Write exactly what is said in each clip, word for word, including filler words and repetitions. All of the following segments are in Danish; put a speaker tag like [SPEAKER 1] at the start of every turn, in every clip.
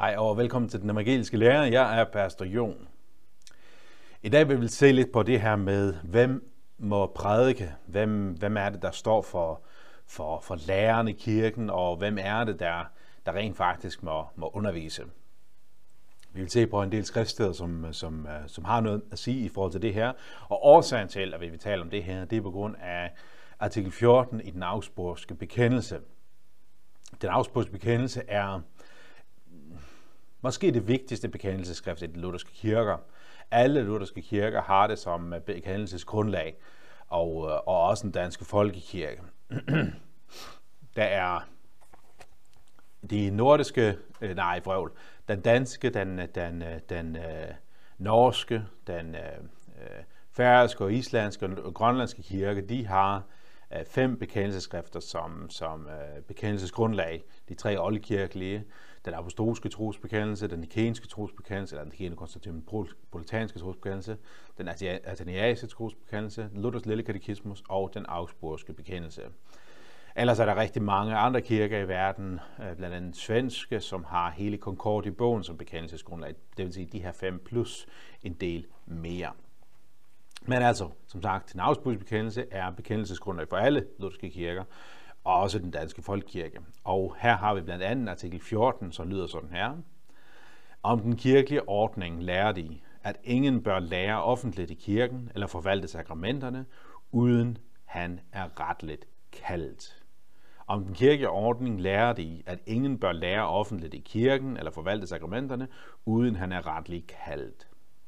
[SPEAKER 1] Hej og velkommen til Den Evangeliske Lærer. Jeg er Pastor Jon. I dag vil vi se lidt på det her med, hvem må prædike? Hvem, hvem er det, der står for, for, for læreren i kirken, og hvem er det, der, der rent faktisk må, må undervise? Vi vil se på en del skriftsteder, som, som, som har noget at sige i forhold til det her. Og årsagen til, at vi vil tale om det her, det er på grund af artikel fjorten i den augsburgske bekendelse. Den augsburgske bekendelse er måske det vigtigste bekendelsesskrift i de lutherske kirker. Alle lutherske kirker har det som bekendelsesgrundlag, og, og også den danske folkekirke. Der er de nordiske, nej, vrøvl, den danske, den, den, den øh, norske, den øh, færøske og islandske og grønlandske kirke, de har øh, fem bekendelsesskrifter som, som øh, bekendelsesgrundlag. De tre oldkirkelige, den apostolske trosbekendelse, den nikenske trosbekendelse, eller den nikene-konstantinopolitanske trosbekendelse, den athanasiske trosbekendelse, den lutherske lille katekismus og den augsburgske bekendelse. Ellers er der rigtig mange andre kirker i verden, blandt andet svenske, som har hele Concordiebogen som bekendelsesgrundlag. Det vil sige de her fem plus en del mere. Men altså, som sagt, den augsburgske bekendelse er bekendelsesgrundlag for alle lutherske kirker, og også den danske folkekirke. Og her har vi blandt andet artikel fjorten, som lyder sådan her. Om den kirkelige ordning lærer de, at ingen bør lære offentligt i kirken eller forvalte sakramenterne, uden han er retligt kaldet. Om den kirkelige ordning lærer de, at ingen bør lære offentligt i kirken eller forvalte sakramenterne, uden han er retligt kaldet.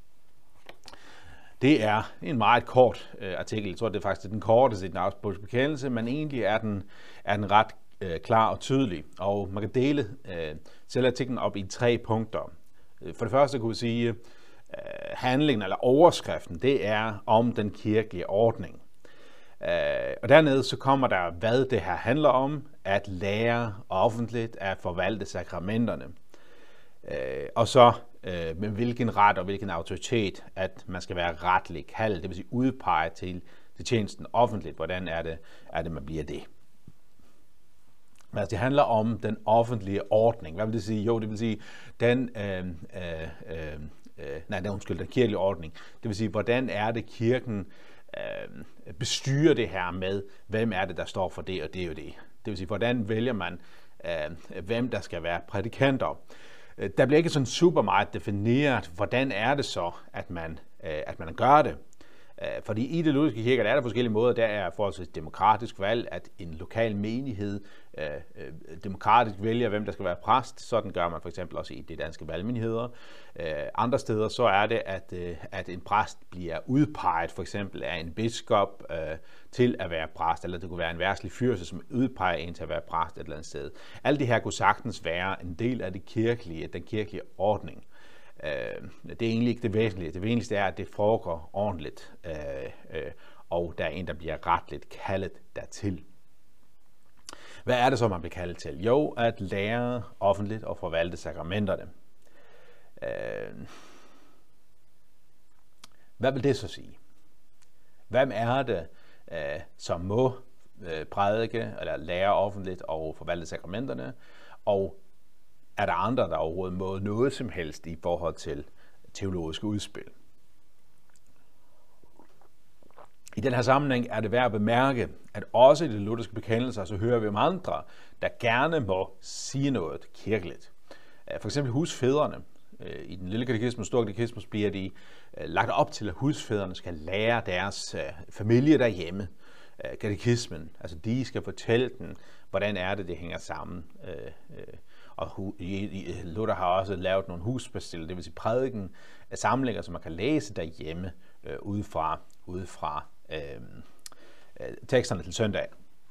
[SPEAKER 1] Det er en meget kort øh, artikel. Jeg tror, det er faktisk den korteste i den augsburgske bekendelse, men egentlig er den, er den ret øh, klar og tydelig. Og man kan dele øh, selv artiklen op i tre punkter. For det første kunne vi sige, øh, handlingen eller overskriften, det er om den kirkelige ordning. Øh, og dernede så kommer der, hvad det her handler om, at lære offentligt at forvalte sakramenterne. Øh, og så øh, med hvilken ret og hvilken autoritet, at man skal være retligt kaldet, det vil sige udpeget til, til tjenesten offentligt. Hvordan er det, er det, man bliver det? Men altså, det handler om den offentlige ordning. Hvad vil det sige? Jo, det vil sige, den, øh, øh, øh, nej, det er undskyld, den kirkelige ordning. Det vil sige, hvordan er det, kirken øh, bestyrer det her med, hvem er det, der står for det, og det er jo det. Det vil sige, hvordan vælger man, øh, hvem der skal være prædikanter. Der bliver ikke sådan super meget defineret, hvordan er det så, at man, at man gør det. Fordi i det lutherske kirke, der er der forskellige måder. Der er forholdsvis demokratisk valg, at en lokal menighed øh, demokratisk vælger, hvem der skal være præst. Sådan gør man for eksempel også i de danske valgmenigheder. Øh, andre steder så er det, at, øh, at en præst bliver udpeget for eksempel af en biskop øh, til at være præst, eller det kunne være en verdslig fyrste, som udpeger en til at være præst et eller andet sted. Alle de her kunne sagtens være en del af det kirkelige, den kirkelige ordning. Det er egentlig ikke det væsentlige. Det væsentligste er, at det foregår ordentligt, øh, øh, og der er en, der bliver retligt kaldet dertil. Hvad er det så, man bliver kaldet til? Jo, at lære offentligt og forvalte sakramenterne. Øh, hvad vil det så sige? Hvem er det, øh, som må øh, prædike eller lære offentligt og forvalte sakramenterne? Og er der andre, der overhovedet må noget som helst i forhold til teologiske udspil? I den her sammenhæng er det værd at bemærke, at også i de lutherske bekendelser, så hører vi om andre, der gerne må sige noget kirkeligt. For eksempel husfædrene. I den lille katekismus, store katekismus, bliver de lagt op til, at husfædrene skal lære deres familie derhjemme katekismen. Altså de skal fortælle den, hvordan er det, det hænger sammen. Og Luther har også lavet nogle husbestiller, det vil sige prædiken af samlinger, som man kan læse derhjemme øh, ude fra, ude fra øh, øh, teksterne til søndag.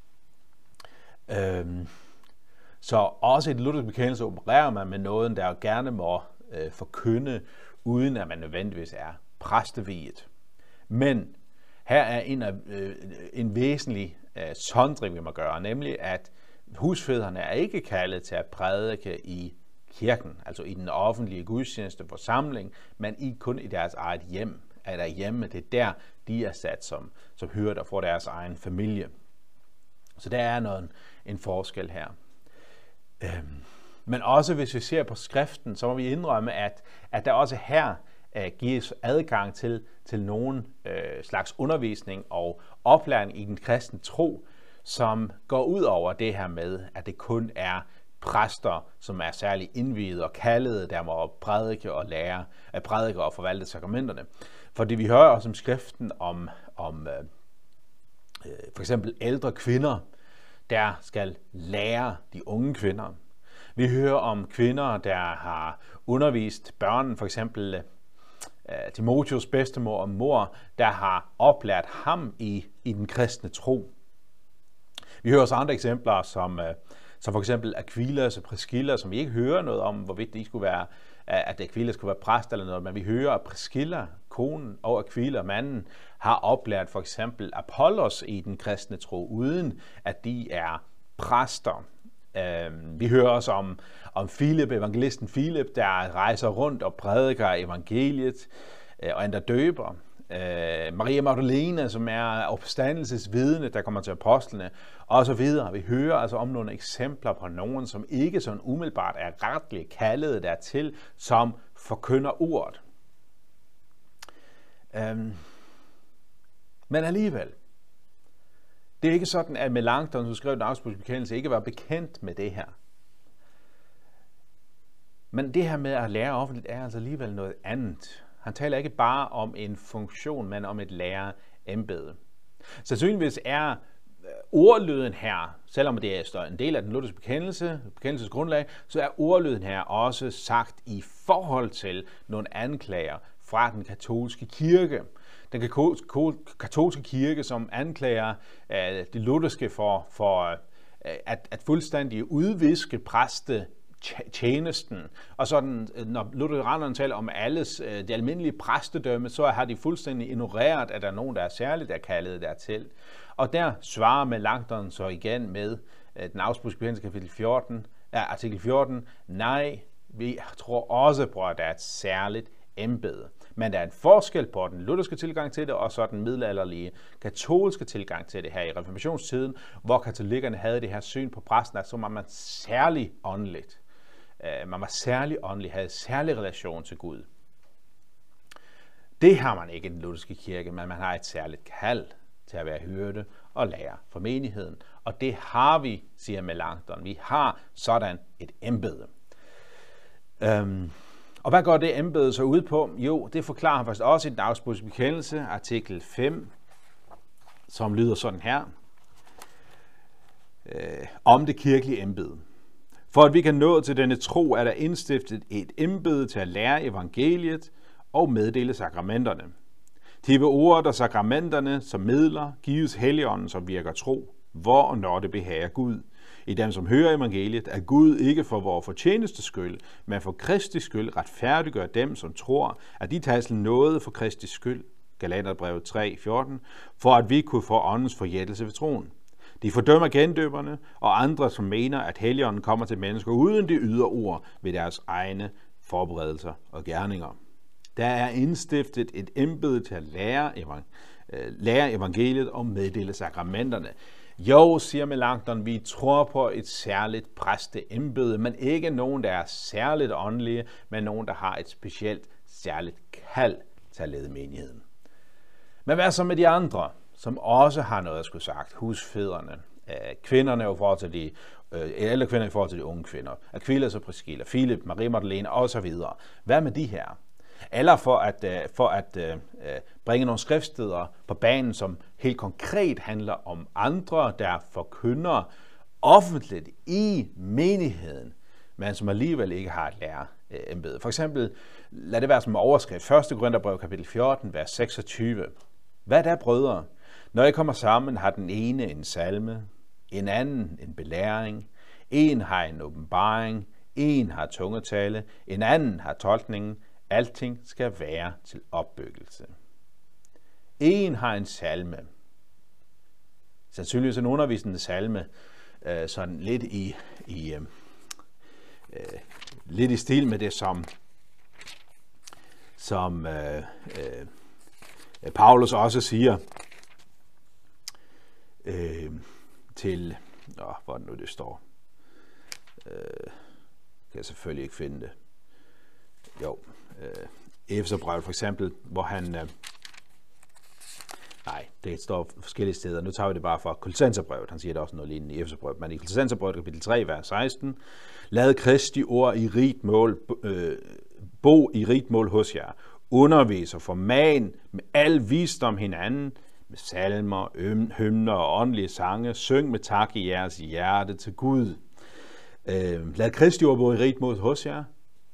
[SPEAKER 1] Øh, så også i den lutherske bekendelse opererer man med noget, der gerne må øh, forkynde, uden at man nødvendigvis er præsteviet. Men her er en, øh, en væsentlig øh, sondring, vi må gøre, nemlig at husfædrene er ikke kaldet til at prædike i kirken, altså i den offentlige gudstjeneste forsamling, men i kun i deres eget hjem. Er der hjemme, det er der, de er sat som, som hyrder for deres egen familie. Så der er noget, en forskel her. Øhm, Men også hvis vi ser på skriften, så må vi indrømme, at, at der også her uh, gives adgang til, til nogen uh, slags undervisning og oplæring i den kristne tro, som går ud over det her med, at det kun er præster, som er særlig indviede og kaldede, der må prædike og lære, at prædike og forvalte sakramenterne. Fordi vi hører også om skriften om, om øh, for eksempel ældre kvinder, der skal lære de unge kvinder. Vi hører om kvinder, der har undervist børn, for eksempel øh, Timotheus bedstemor og mor, der har oplært ham i, i den kristne tro. Vi hører også andre eksempler, som, øh, som for eksempel Aquilas og Priscilla, som vi ikke hører noget om, hvorvidt de skulle være, at Aquilas skulle være præst eller noget, men vi hører, at Priscilla, konen, og Aquila, manden, har oplært for eksempel Apollos i den kristne tro, uden at de er præster. Vi hører også om, om Philip, evangelisten Philip, der rejser rundt og prædiker evangeliet og endda døber. Maria Magdalena, som er opstandelsesvidne, der kommer til apostlene, og så videre. Vi hører altså om nogle eksempler på nogen, som ikke sådan umiddelbart er retligt kaldet dertil, som forkynder ordet. Um, men alligevel, det er ikke sådan, at Melanchthon, som skrev den Augsburgske bekendelse, ikke var bekendt med det her. Men det her med at lære offentligt er altså alligevel noget andet. Han taler ikke bare om en funktion, men om et lærerembede. Sandsynligvis er ordlyden her, selvom det er en del af den lutherske bekendelse, bekendelsesgrundlag, så er ordlyden her også sagt i forhold til nogle anklager fra den katolske kirke. Den katolske kirke, som anklager de lutherske for, for at, at fuldstændig udviske præste tjenesten. Og sådan, når lutheranerne taler om alles, det almindelige præstedømme, så har de fuldstændig ignoreret, at der er nogen, der er særligt der kaldet dertil. Og der svarer Melanchthon så igen med den Augsburgske bekendelse kapitel fjorten, ja, artikel fjorten, nej, vi tror også på, at der er et særligt embede. Men der er en forskel på den lutherske tilgang til det, og så den middelalderlige katolske tilgang til det her i reformationstiden, hvor katolikkerne havde det her syn på præsten, at så var man særlig åndeligt. Man var særlig åndelig, havde særlig relation til Gud. Det har man ikke i den lutherske kirke, men man har et særligt kald til at være hyrde og lærer for menigheden. Og det har vi, siger Melanchthon. Vi har sådan et embede. Øhm, og hvad går det embede så ud på? Jo, det forklarer han faktisk også i den Augsburgske bekendelse, artikel fem, som lyder sådan her. Øh, om det kirkelige embede. For at vi kan nå til denne tro, er der indstiftet et embede til at lære evangeliet og meddele sakramenterne. De ved ordet og sakramenterne som midler gives Helligånden, som virker tro, hvor og når det behager Gud. I dem, som hører evangeliet, er Gud ikke for vores fortjeneste skyld, men for Kristi skyld retfærdiggør dem, som tror, at de tager til nåde for Kristi skyld. Galaterbrevet tre fjorten, for at vi kunne få åndens forjættelse ved troen. De fordømmer gendøberne og andre, som mener, at Helligånden kommer til mennesker uden de ydre ord ved deres egne forberedelser og gerninger. Der er indstiftet et embede til at lære, evang- lære evangeliet og meddele sakramenterne. Jo, siger Melanchthon, vi tror på et særligt præsteembede, men ikke nogen, der er særligt åndelige, men nogen, der har et specielt særligt kald til at lede menigheden. Men hvad så med de andre, som også har noget at skulle sagt? Husfædrene, kvinderne i forhold til de ældre kvinder i forhold til de unge kvinder, Aquilas og Priscilla, Philip, Maria Magdalena osv. Hvad med de her? Eller for at, for at bringe nogle skriftsteder på banen, som helt konkret handler om andre, der forkynder offentligt i menigheden, men som alligevel ikke har et lærerembede. For eksempel, lad det være som overskrift, første Korintherbrev kapitel fjorten, vers seksogtyve. Hvad er brødre? Når I kommer sammen, har den ene en salme, en anden en belæring, en har en åbenbaring, en har tungetale, en anden har tolkningen. Alting skal være til opbyggelse. En har en salme. Sandsynligvis en undervisende salme, øh, sådan lidt i, i, øh, øh, lidt i stil med det, som, som øh, øh, Paulus også siger øh, til, åh, hvor nu det står, øh, Kan jeg selvfølgelig ikke finde det. Jo, øh, Efeserbrevet for eksempel, hvor han... Øh, nej, det står forskellige steder. Nu tager vi det bare fra Kolossenserbrevet. Han siger det også noget lignende i Efeserbrevet. Men i Kolossenserbrevet kapitel tre, vers seksten. Lad Kristi ord i rigt mål, øh, bo i rigt mål hos jer. Undervis og forman med al visdom hinanden, med salmer, hymner og åndelige sange. Syng med tak i jeres hjerte til Gud. Øh, lad Kristi ord bo i rigt mål hos jer.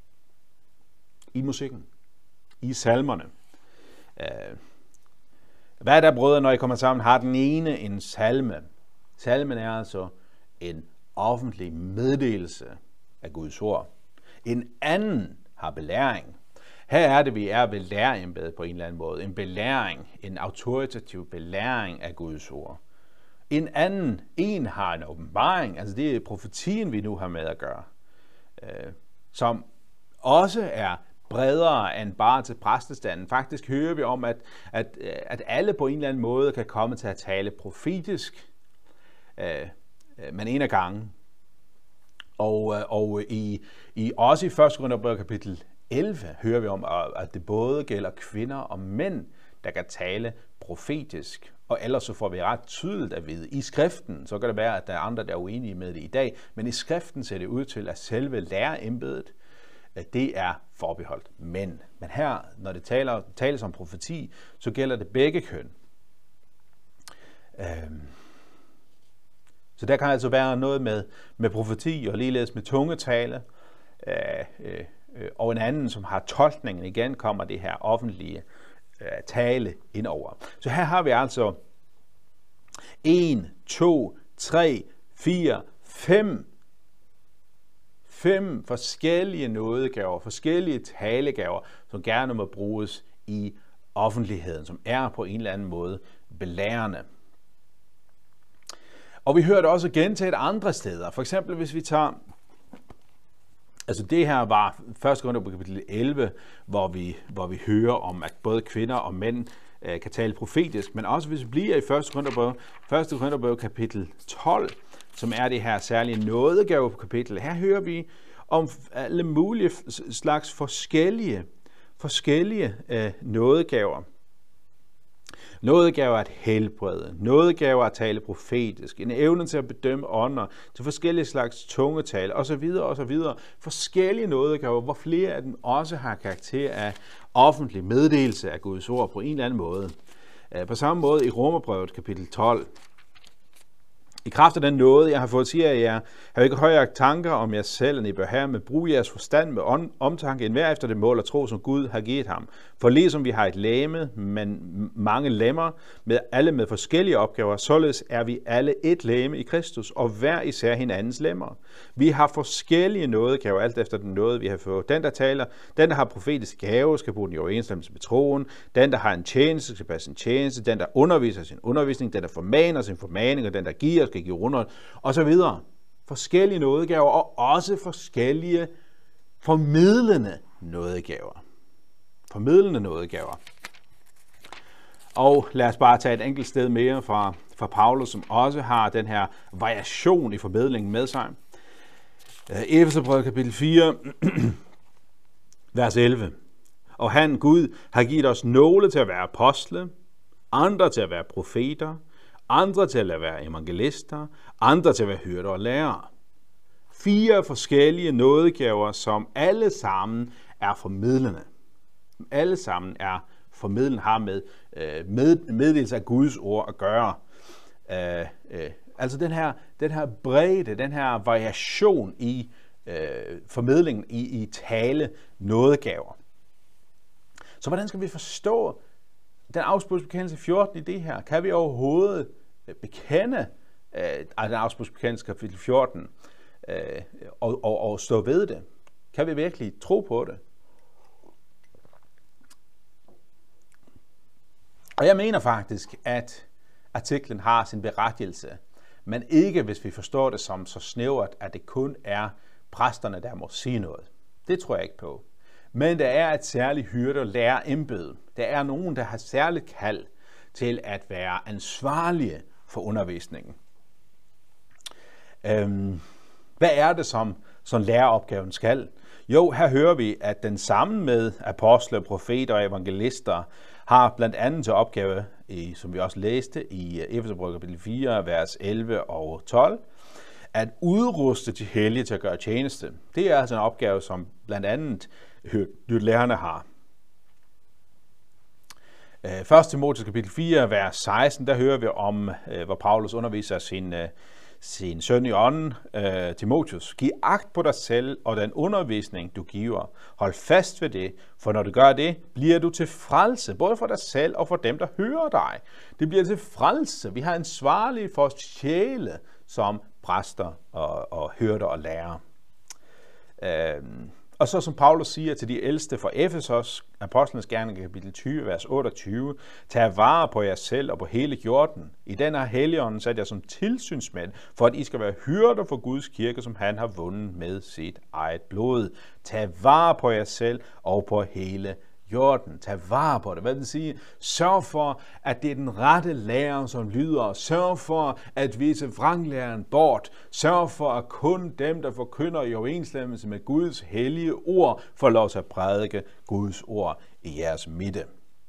[SPEAKER 1] I musikken. I salmerne. Øh, Hvad er der, brødre, når I kommer sammen? Har den ene en salme? Salmen er altså en offentlig meddelelse af Guds ord. En anden har belæring. Her er det, vi er ved lærerembedet på en eller anden måde. En belæring, en autoritativ belæring af Guds ord. En anden, en har en åbenbaring, altså det er profetien, vi nu har med at gøre, øh, som også er bredere end bare til præstestanden. Faktisk hører vi om, at, at, at alle på en eller anden måde kan komme til at tale profetisk, øh, men en af gangen. Og, og i, i, også i første Korintherbrev kapitel elleve hører vi om, at det både gælder kvinder og mænd, der kan tale profetisk. Og ellers så får vi ret tydeligt at vide, i skriften, så kan det være, at der er andre, der er uenige med det i dag, men i skriften ser det ud til, at selve lærerembedet, det er forbeholdt mænd. Men her, når det taler, tales om profeti, så gælder det begge køn. Øhm. Så der kan altså være noget med, med profeti og ligeledes med tungetale. Øh, øh, og en anden, som har tolkningen, igen kommer det her offentlige øh, tale indover. Så her har vi altså en, to, tre, fire, fem Fem forskellige nådegaver, forskellige talegaver, som gerne må bruges i offentligheden, som er på en eller anden måde belærende. Og vi hører det også gentaget andre steder. For eksempel hvis vi tager, altså det her var første Korintherbrev kapitel elleve, hvor vi, hvor vi hører om, at både kvinder og mænd øh, kan tale profetisk, men også hvis vi bliver i første Korintherbrev, første Korintherbrev kapitel tolv, som er det her særlige nådegave på kapitlet. Her hører vi om alle mulige slags forskellige, forskellige øh, nådegaver. Nådegaver at helbrede, nådegaver at tale profetisk, en evne til at bedømme ånder, til forskellige slags tungetale osv. osv. Forskellige nådegaver, hvor flere af dem også har karakter af offentlig meddelelse af Guds ord på en eller anden måde. På samme måde i Romerbrevet kapitel tolv. I kraft af den nåde, jeg har fået, siger jeg jer, har ikke højere tanker om jer selv, end I bør have, men brug jeres forstand med omtanke, end hver efter det mål og tro, som Gud har givet ham. For ligesom vi har et læme, men mange lemmer, med alle med forskellige opgaver, således er vi alle et læme i Kristus, og hver især hinandens lemmer. Vi har forskellige nådegaver, alt efter den nåde, vi har fået. Den, der taler, den, der har profetisk gave, skal bruge den i overensstemmelse med troen. Den, der har en tjeneste, skal passe sin tjeneste. Den, der underviser sin undervisning. Den, der formaner sin formaning, og den, der giver, skal give under, og så videre. Forskellige nådegaver, og også forskellige formidlende nådegaver. Formidlende nådegaver. Og lad os bare tage et enkelt sted mere fra, fra Paulus, som også har den her variation i formidlingen med sig. Efeserbrevet kapitel fire, vers elleve. Og han, Gud, har givet os nogle til at være apostle, andre til at være profeter, andre til at være evangelister, andre til at være hyrder og lærere. Fire forskellige nådegaver, som alle sammen er formidlende. Alle sammen er formidlende, har med, med meddelelse af Guds ord at gøre. Øh, øh, altså den her, den her bredde, den her variation i øh, formidlingen, i, i tale, nådegaver. Så hvordan skal vi forstå den afspudsbekendelse fjorten i det her? Kan vi overhovedet bekende øh, den afspudsbekendelse kapitel fjorten øh, og, og, og stå ved det? Kan vi virkelig tro på det? Og jeg mener faktisk, at artiklen har sin berettigelse, men ikke hvis vi forstår det som så snævert, at det kun er præsterne, der må sige noget. Det tror jeg ikke på. Men der er et særligt hyrde- og lærerembede. Der er nogen, der har særligt kald til at være ansvarlige for undervisningen. Øhm, hvad er det, som, som læreropgaven skal? Jo, her hører vi, at den sammen med apostle, profeter og evangelister har blandt andet til opgave, i, som vi også læste i Efeserbrevet kapitel fire, vers elleve og tolv, at udruste de hellige til at gøre tjeneste. Det er altså en opgave, som blandt andet lærerne har. Første Timotheus kapitel fire, vers seksten, der hører vi om, hvor Paulus underviser sin, sin søn i ånden, Timotheus. Giv agt på dig selv og den undervisning, du giver. Hold fast ved det, for når du gør det, bliver du til frelse, både for dig selv og for dem, der hører dig. Det bliver til frelse. Vi har ansvarlige for sjæle som præster og, og hyrder og lærer. Øhm, og så som Paulus siger til de ældste for Efesos, Apostlenes Gerninger kapitel tyve, vers otteogtyve, tag vare på jer selv og på hele jorden. I den har Helligånden sat jer som tilsynsmænd, for at I skal være hyrder for Guds kirke, som han har vundet med sit eget blod. Tag vare på jer selv og på hele jorden. Tag vare på det. Hvad vil det sige? Sørg for, at det er den rette lærer, som lyder. Sørg for at vise vranglæren bort. Sørg for, at kun dem, der forkynder i overensstemmelse med Guds hellige ord, får lov til at prædike Guds ord i jeres midte.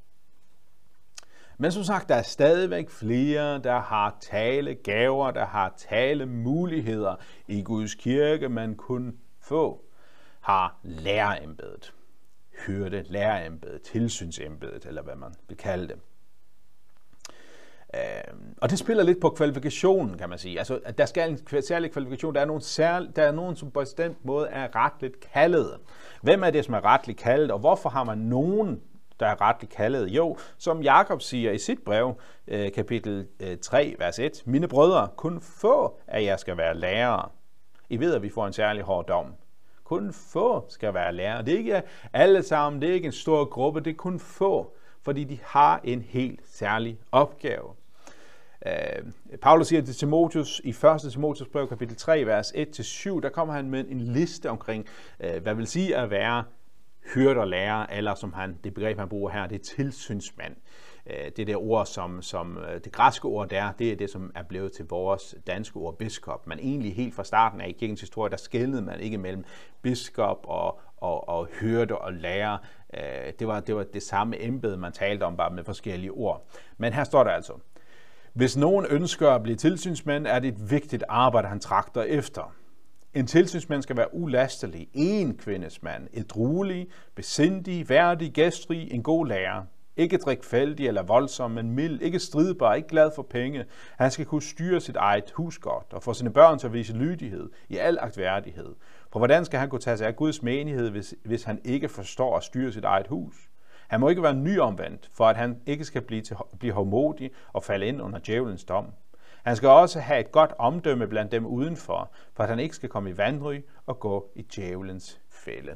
[SPEAKER 1] Men som sagt, der er stadigvæk flere, der har talegaver, der har talemuligheder i Guds kirke, man kun få har lærerembedet. Hyrde, lærerembedet, tilsynsembedet, eller hvad man vil kalde det. Øh, og det spiller lidt på kvalifikationen, kan man sige. Altså, at der skal en særlig kvalifikation. Der er nogen, særlig, der er nogen som på en bestemt måde er retligt kaldet. Hvem er det, som er retligt kaldet, og hvorfor har man nogen, der er retligt kaldet? Jo, som Jakob siger i sit brev, øh, kapitel tre, vers et. Mine brødre, kun få af jer skal være lærere. I ved, at vi får en særlig hård dom. Kun få skal være lærere. Det er ikke alle sammen, det er ikke en stor gruppe, det er kun få, fordi de har en helt særlig opgave. Uh, Paulus siger til Timotheus i første Timotheus brev, kapitel tre, vers et til syv, der kommer han med en liste omkring, uh, hvad vil sige at være hyrde og lærer, eller som han, det begreb, han bruger her, det er tilsynsmand. Det der ord, som, som det græske ord der, det er det, som er blevet til vores danske ord biskop. Men egentlig helt fra starten af i kirkens historie, der skelnede man ikke mellem biskop og, og, og hyrde og lærer. Det var, det var det samme embede, man talte om, bare med forskellige ord. Men her står der altså, hvis nogen ønsker at blive tilsynsmand, er det et vigtigt arbejde, han tragter efter. En tilsynsmand skal være ulastelig, en kvindesmand, ædruelig, besindig, værdig, gæstfri, en god lærer. Ikke drikfældig eller voldsom, men mild, ikke stridbar, ikke glad for penge. Han skal kunne styre sit eget hus godt og få sine børn til at vise lydighed i al agtværdighed. For hvordan skal han kunne tage sig af Guds menighed, hvis, hvis han ikke forstår at styre sit eget hus? Han må ikke være nyomvendt, for at han ikke skal blive, til, blive hårdmodig og falde ind under djævelens dom. Han skal også have et godt omdømme blandt dem udenfor, for at han ikke skal komme i vandry og gå i djævelens fælde.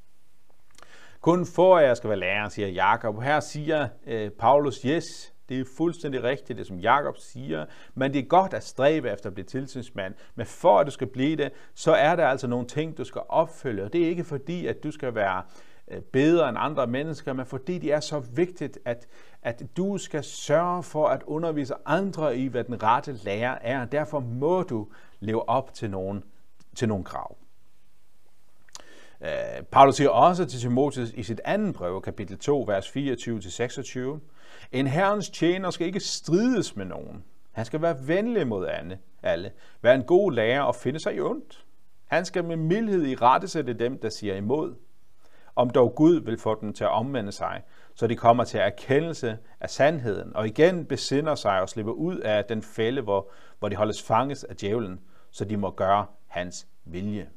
[SPEAKER 1] Kun få af jer skal være lærer, siger Jakob. Her siger øh, Paulus, yes, det er fuldstændig rigtigt, det som Jakob siger, men det er godt at stræbe efter at blive tilsynsmand. Men for at du skal blive det, så er der altså nogle ting, du skal opfylde. Og det er ikke fordi, at du skal være øh, bedre end andre mennesker, men fordi det er så vigtigt, at, at du skal sørge for at undervise andre i, hvad den rette lærer er. Derfor må du leve op til nogle, til nogle krav. Uh, Paulus siger også til Timotheus i sit andet brev, kapitel to, vers fireogtyve til seksogtyve, en herrens tjener skal ikke strides med nogen. Han skal være venlig mod alle, være en god lærer og finde sig i ondt. Han skal med mildhed irettesætte dem, der siger imod. Om dog Gud vil få dem til at omvende sig, så de kommer til erkendelse af sandheden, og igen besinder sig og slipper ud af den fælde, hvor, hvor de holdes fanget af djævlen, så de må gøre hans vilje.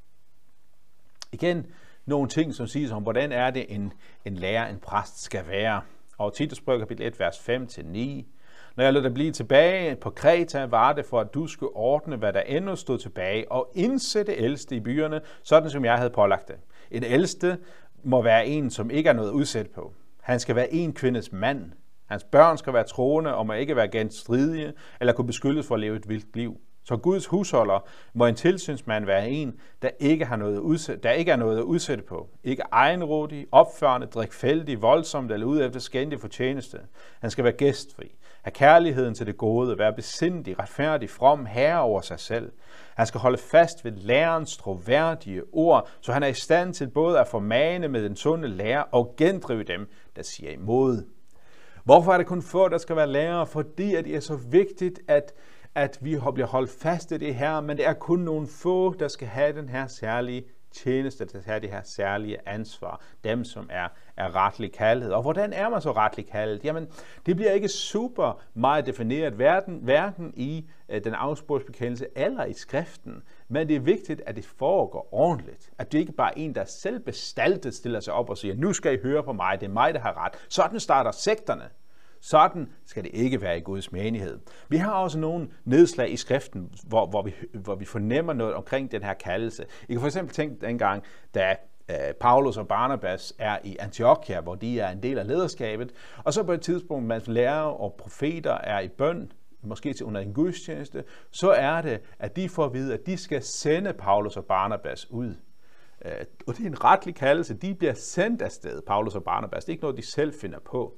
[SPEAKER 1] Igen nogle ting, som siges om, hvordan er det en, en lærer, en præst skal være. Og Titus brev kapitel et, vers fem til ni. Når jeg lod dig blive tilbage på Kreta, var det for, at du skulle ordne, hvad der endnu stod tilbage, og indsætte ældste i byerne, sådan som jeg havde pålagt det. En ældste må være en, som ikke er noget udsat på. Han skal være en kvindes mand. Hans børn skal være troende og må ikke være genstridige, eller kunne beskyldes for at leve et vildt liv. Så Guds husholder må en tilsynsmand være en, der ikke, har noget udsæt, der ikke er noget at udsætte på. Ikke egenrådig, opførende, drikfældig, voldsomt eller ude efter skændig fortjeneste. Han skal være gæstfri. have kærligheden til det gode, være besindig, retfærdig, from, herre over sig selv. Han skal holde fast ved lærens troværdige ord, så han er i stand til både at formane med den sunde lære og gendrive dem, der siger imod. Hvorfor er det kun få, der skal være lærere? Fordi at det er så vigtigt, at, at vi bliver holdt fast i det her, men det er kun nogle få, der skal have den her særlige tjeneste, der har det her særlige ansvar, dem som er, er retligt kaldet. Og hvordan er man så retligt kaldet? Jamen, det bliver ikke super meget defineret, hverken, hverken i øh, den afsporsbekendelse eller i skriften, men det er vigtigt, at det foregår ordentligt. At det ikke bare er en, der selv bestaltet stiller sig op og siger, nu skal I høre på mig, det er mig, der har ret. Sådan starter sekterne. Sådan skal det ikke være i Guds menighed. Vi har også nogle nedslag i skriften, hvor, hvor, vi, hvor vi fornemmer noget omkring den her kaldelse. I kan for eksempel tænke dengang, da øh, Paulus og Barnabas er i Antiochia, hvor de er en del af lederskabet, og så på et tidspunkt, mens lærere og profeter er i bøn, måske til under en gudstjeneste, så er det, at de får at vide, at de skal sende Paulus og Barnabas ud. Øh, og det er en retlig kaldelse. De bliver sendt afsted, Paulus og Barnabas. Det er ikke noget, de selv finder på.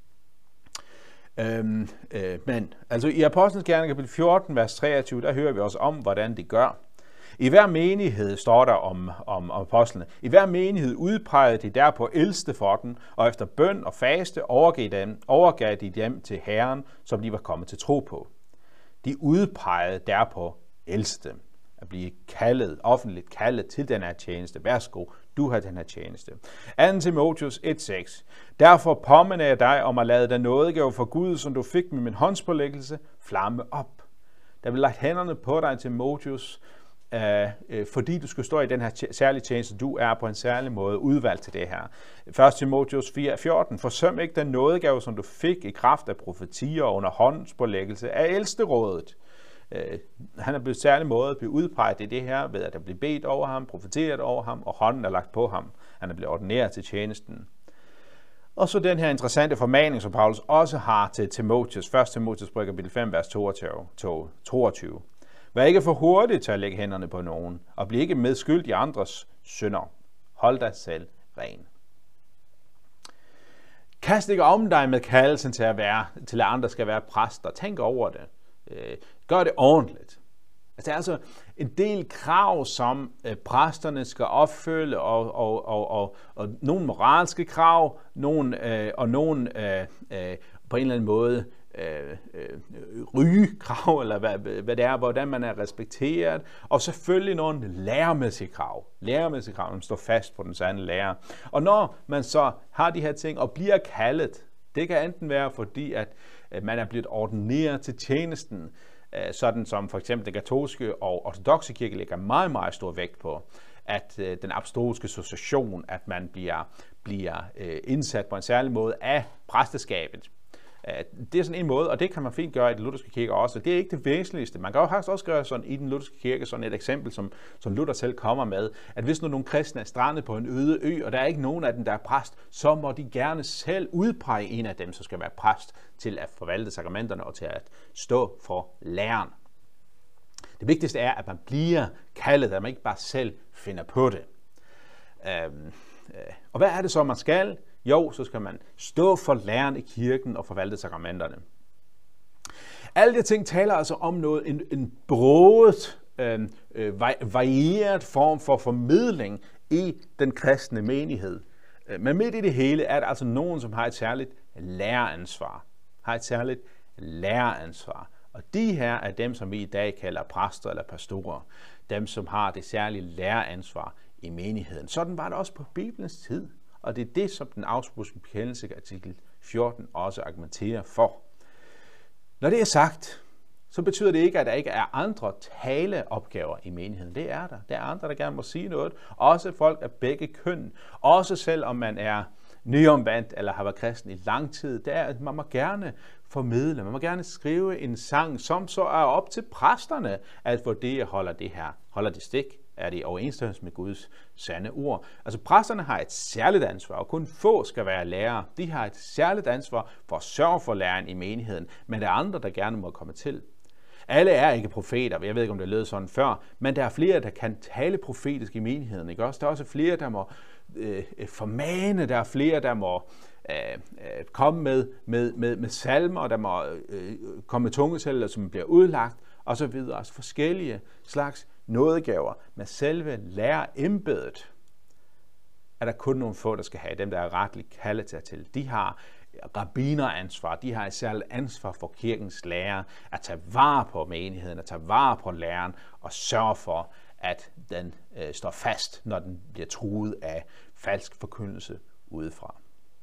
[SPEAKER 1] Øhm, øh, men altså i Apostlenes Gerninger kapitel fjorten, vers treogtyve, der hører vi også om, hvordan det gør. I hver menighed står der om, om, om apostlene. I hver menighed udpegede de derpå ældste for den, og efter bøn og faste overgav, dem, overgav de dem til Herren, som de var kommet til tro på. De udpegede derpå ældste. At blive kaldet, offentligt kaldet til den her tjeneste. Værsgo, du har den her tjeneste. anden Timotheus et seks. Derfor påminder jeg dig om at lade dig nådegave for Gud, som du fik med min håndspålæggelse, flamme op. Der vil lagt hænderne på dig, Timotheus, øh, øh, fordi du skal stå i den her t- særlige tjeneste. Du er på en særlig måde udvalgt til det her. første Timotheus fire fjorten. Forsøm ikke den nådegave, som du fik i kraft af profetier under håndspålæggelse af ældsterådet. Uh, han er blevet særlig måde blevet udpeget i det her, ved at der bliver bedt over ham, profeteret over ham, og hånden er lagt på ham. Han er blevet ordineret til tjenesten. Og så den her interessante formaning, som Paulus også har til Timotheus, første Timotheus brev kapitel fem, vers toogtyve. Vær ikke for hurtig til at lægge hænderne på nogen, og bliv ikke medskyldig i andres synder. Hold dig selv ren. Kast ikke om dig med kaldelsen til at være, til at andre skal være præster. Tænk over det. Gør det ordentligt. Altså, der er altså en del krav, som øh, præsterne skal opfylde, og, og, og, og, og nogle moralske krav, nogle, øh, og nogle øh, øh, på en eller anden måde øh, øh, rygekrav, eller hvad, hvad det er, hvordan man er respekteret, og selvfølgelig nogle læremæssige krav. Læremæssige krav, man står fast på den sande lære. Og når man så har de her ting og bliver kaldet, det kan enten være fordi, at man er blevet ordineret til tjenesten, sådan som for eksempel den katolske og ortodokse kirke lægger meget, meget stor vægt på, at den apostolske succession, at man bliver, bliver indsat på en særlig måde af præsteskabet. Det er sådan en måde, og det kan man fint gøre i den lutherske kirke også. Det er ikke det væsentligste. Man kan jo faktisk også gøre sådan i den lutherske kirke, sådan et eksempel, som, som Luther selv kommer med, at hvis nu nogle kristne er strandet på en øde ø, og der er ikke nogen af dem, der er præst, så må de gerne selv udpege en af dem, som skal være præst til at forvalte sakramenterne og til at stå for læren. Det vigtigste er, at man bliver kaldet, at man ikke bare selv finder på det. Øhm, øh, og hvad er det så, man skal? Jo, så skal man stå for læren i kirken og forvalte sakramenterne. Alle de ting taler altså om noget, en, en broget, øh, øh, varieret form for formidling i den kristne menighed. Men midt i det hele er der altså nogen, som har et særligt læreransvar. Har et særligt læreransvar. Og de her er dem, som vi i dag kalder præster eller pastorer. Dem, som har det særlige læreransvar i menigheden. Sådan var det også på Bibelens tid. Og det er det, som den afsprudske bekendelse artikel fjorten også argumenterer for. Når det er sagt, så betyder det ikke, at der ikke er andre taleopgaver i menigheden. Det er der. Der er andre, der gerne må sige noget. Også folk af begge køn. Også selvom man er nyomvendt eller har været kristen i lang tid. Der er, man må gerne formidle, man må gerne skrive en sang, som så er op til præsterne at vurdere, holder det her, holder det stik. Er det i overensstemmelse med Guds sande ord. Altså præsterne har et særligt ansvar, og kun få skal være lærere. De har et særligt ansvar for at sørge for læren i menigheden, men der er andre, der gerne må komme til. Alle er ikke profeter, jeg ved ikke, om det lød sådan før, men der er flere, der kan tale profetisk i menigheden. Ikke også? Der er også flere, der må øh, formane, der er flere, der må øh, komme med, med, med, med salmer, der må øh, komme med tungetæller, som bliver udlagt, og så videre. Altså forskellige slags nådegaver. Men selve lærerembedet er der kun nogle få, der skal have. Dem, der er retligt kaldet til. De har rabbineransvar. De har et særligt ansvar for kirkens lærer at tage vare på menigheden, at tage vare på læren og sørge for, at den øh, står fast, når den bliver truet af falsk forkyndelse udefra.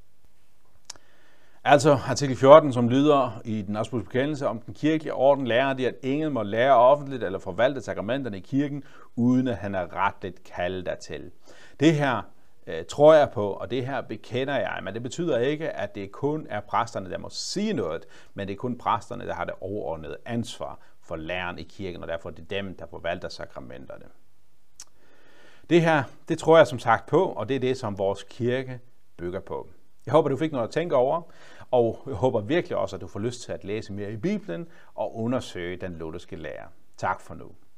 [SPEAKER 1] Altså artikel fjorten, som lyder i den apostoliske bekendelse om den kirkelige orden, lærer de, at ingen må lære offentligt eller forvalte sakramenterne i kirken, uden at han er retligt kaldet dertil. Det her øh, tror jeg på, og det her bekender jeg, men det betyder ikke, at det kun er præsterne, der må sige noget, men det er kun præsterne, der har det overordnede ansvar for læren i kirken, og derfor er det dem, der forvalter sakramenterne. Det her, det tror jeg som sagt på, og det er det, som vores kirke bygger på. Jeg håber, du fik noget at tænke over, og jeg håber virkelig også, at du får lyst til at læse mere i Bibelen og undersøge den lutherske lære. Tak for nu.